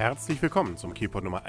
Herzlich willkommen zum Kielpot Nummer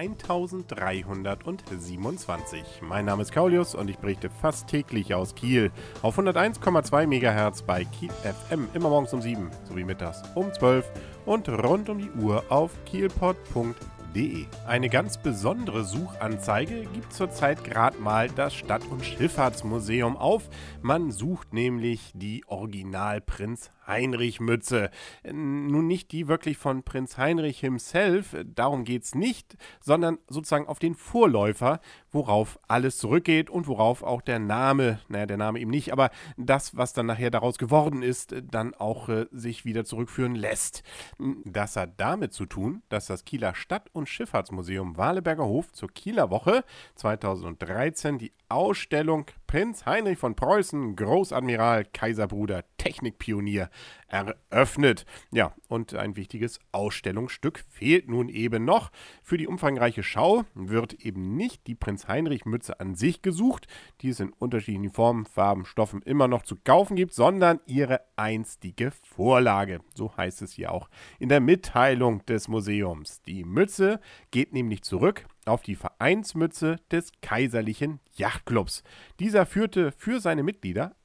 1327. Mein Name ist Kaulius und ich berichte fast täglich aus Kiel auf 101,2 MHz bei Kiel FM, immer morgens um 7 sowie mittags um 12 und rund um die Uhr auf kielpot.de. Eine ganz besondere Suchanzeige gibt zurzeit gerade mal das Stadt- und Schifffahrtsmuseum auf. Man sucht nämlich die Original-Prinz-Heinrich-Mütze. Nun nicht die wirklich von Prinz Heinrich himself, darum geht's nicht, sondern sozusagen auf den Vorläufer, worauf alles zurückgeht und worauf auch der Name eben nicht, aber das, was dann nachher daraus geworden ist, dann auch sich wieder zurückführen lässt. Das hat damit zu tun, dass das Kieler Stadt- und Schifffahrtsmuseum Waleberger Hof zur Kieler Woche 2013 die Ausstellung Prinz Heinrich von Preußen, Großadmiral, Kaiserbruder, Technikpionier eröffnet. Ja, und ein wichtiges Ausstellungsstück fehlt nun eben noch. Für die umfangreiche Schau wird eben nicht die Prinz-Heinrich-Mütze an sich gesucht, die es in unterschiedlichen Formen, Farben, Stoffen immer noch zu kaufen gibt, sondern ihre einstige Vorlage. So heißt es hier auch in der Mitteilung des Museums. Die Mütze geht nämlich zurück auf die Vereinsmütze des Kaiserlichen Yachtclubs. Dieser führte für seine Mitglieder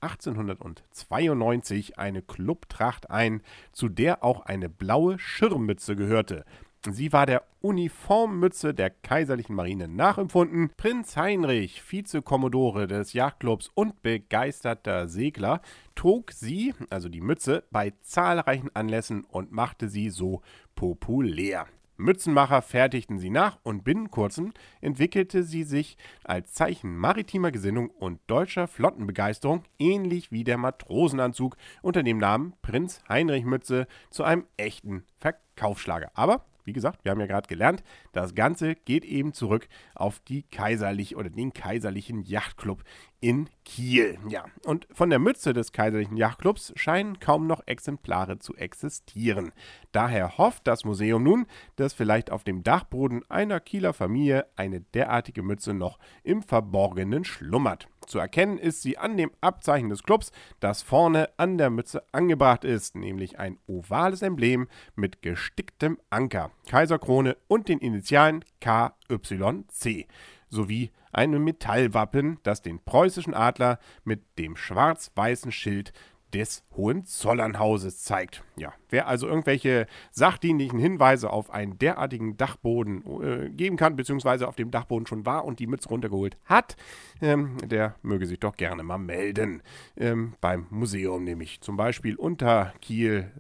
1892 eine Clubtracht ein, zu der auch eine blaue Schirmmütze gehörte. Sie war der Uniformmütze der Kaiserlichen Marine nachempfunden. Prinz Heinrich, Vizekommodore des Yachtclubs und begeisterter Segler, trug sie, also die Mütze, bei zahlreichen Anlässen und machte sie so populär. Mützenmacher fertigten sie nach und binnen kurzem entwickelte sie sich als Zeichen maritimer Gesinnung und deutscher Flottenbegeisterung, ähnlich wie der Matrosenanzug unter dem Namen Prinz Heinrich Mütze, zu einem echten Verkaufsschlager. Aber wie gesagt, wir haben ja gerade gelernt, das Ganze geht eben zurück auf den Kaiserlichen Yachtclub in Kiel. Ja, und von der Mütze des Kaiserlichen Yachtclubs scheinen kaum noch Exemplare zu existieren. Daher hofft das Museum nun, dass vielleicht auf dem Dachboden einer Kieler Familie eine derartige Mütze noch im Verborgenen schlummert. Zu erkennen ist sie an dem Abzeichen des Clubs, das vorne an der Mütze angebracht ist, nämlich ein ovales Emblem mit gesticktem Anker, Kaiserkrone und den Initialen KYC, sowie einem Metallwappen, das den preußischen Adler mit dem schwarz-weißen Schild des Hohenzollernhauses zeigt. Ja, wer also irgendwelche sachdienlichen Hinweise auf einen derartigen Dachboden geben kann, beziehungsweise auf dem Dachboden schon war und die Mütze runtergeholt hat, der möge sich doch gerne mal melden. Beim Museum nämlich zum Beispiel unter Kiel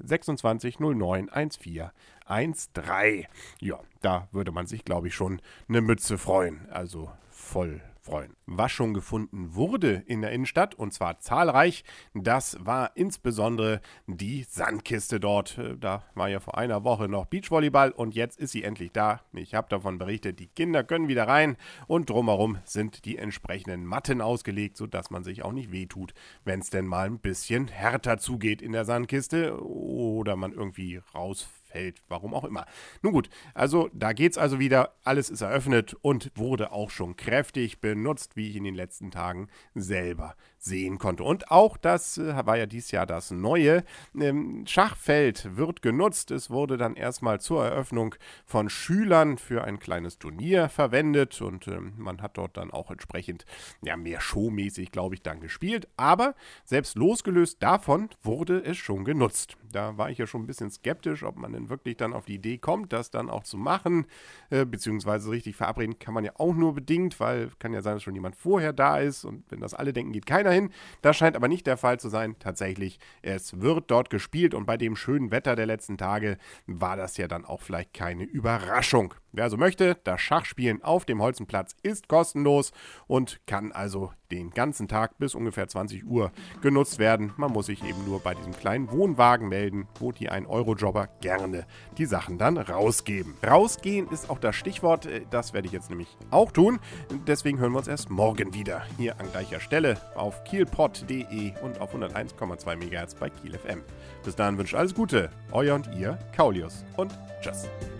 26091413. Ja, da würde man sich, glaube ich, schon eine Mütze freuen. Also voll freuen. Was schon gefunden wurde in der Innenstadt, und zwar zahlreich, das war insbesondere die Sandkiste dort. Da war ja vor einer Woche noch Beachvolleyball und jetzt ist sie endlich da. Ich habe davon berichtet, die Kinder können wieder rein und drumherum sind die entsprechenden Matten ausgelegt, sodass man sich auch nicht wehtut, wenn es denn mal ein bisschen härter zugeht in der Sandkiste oder man irgendwie rausfällt. Warum auch immer. Nun gut, also da geht's also wieder, alles ist eröffnet und wurde auch schon kräftig benutzt, wie ich in den letzten Tagen selber sehen konnte. Und auch das war ja dieses Jahr das neue Schachfeld wird genutzt. Es wurde dann erstmal zur Eröffnung von Schülern für ein kleines Turnier verwendet und man hat dort dann auch entsprechend mehr showmäßig, glaube ich, dann gespielt. Aber selbst losgelöst davon wurde es schon genutzt. Da war ich ja schon ein bisschen skeptisch, ob man denn wirklich dann auf die Idee kommt, das dann auch zu machen, beziehungsweise richtig verabreden kann man ja auch nur bedingt, weil kann ja sein, dass schon jemand vorher da ist und wenn das alle denken, geht keiner hin. Das scheint aber nicht der Fall zu sein. Tatsächlich, es wird dort gespielt und bei dem schönen Wetter der letzten Tage war das ja dann auch vielleicht keine Überraschung. Wer also möchte, das Schachspielen auf dem Holzenplatz ist kostenlos und kann also den ganzen Tag bis ungefähr 20 Uhr genutzt werden. Man muss sich eben nur bei diesem kleinen Wohnwagen melden, wo die 1-Euro-Jobber gerne die Sachen dann rausgeben. Rausgehen ist auch das Stichwort, das werde ich jetzt nämlich auch tun. Deswegen hören wir uns erst morgen wieder hier an gleicher Stelle auf kielpot.de und auf 101,2 MHz bei Kiel FM. Bis dahin wünsche ich alles Gute, euer und ihr Kaulius und tschüss.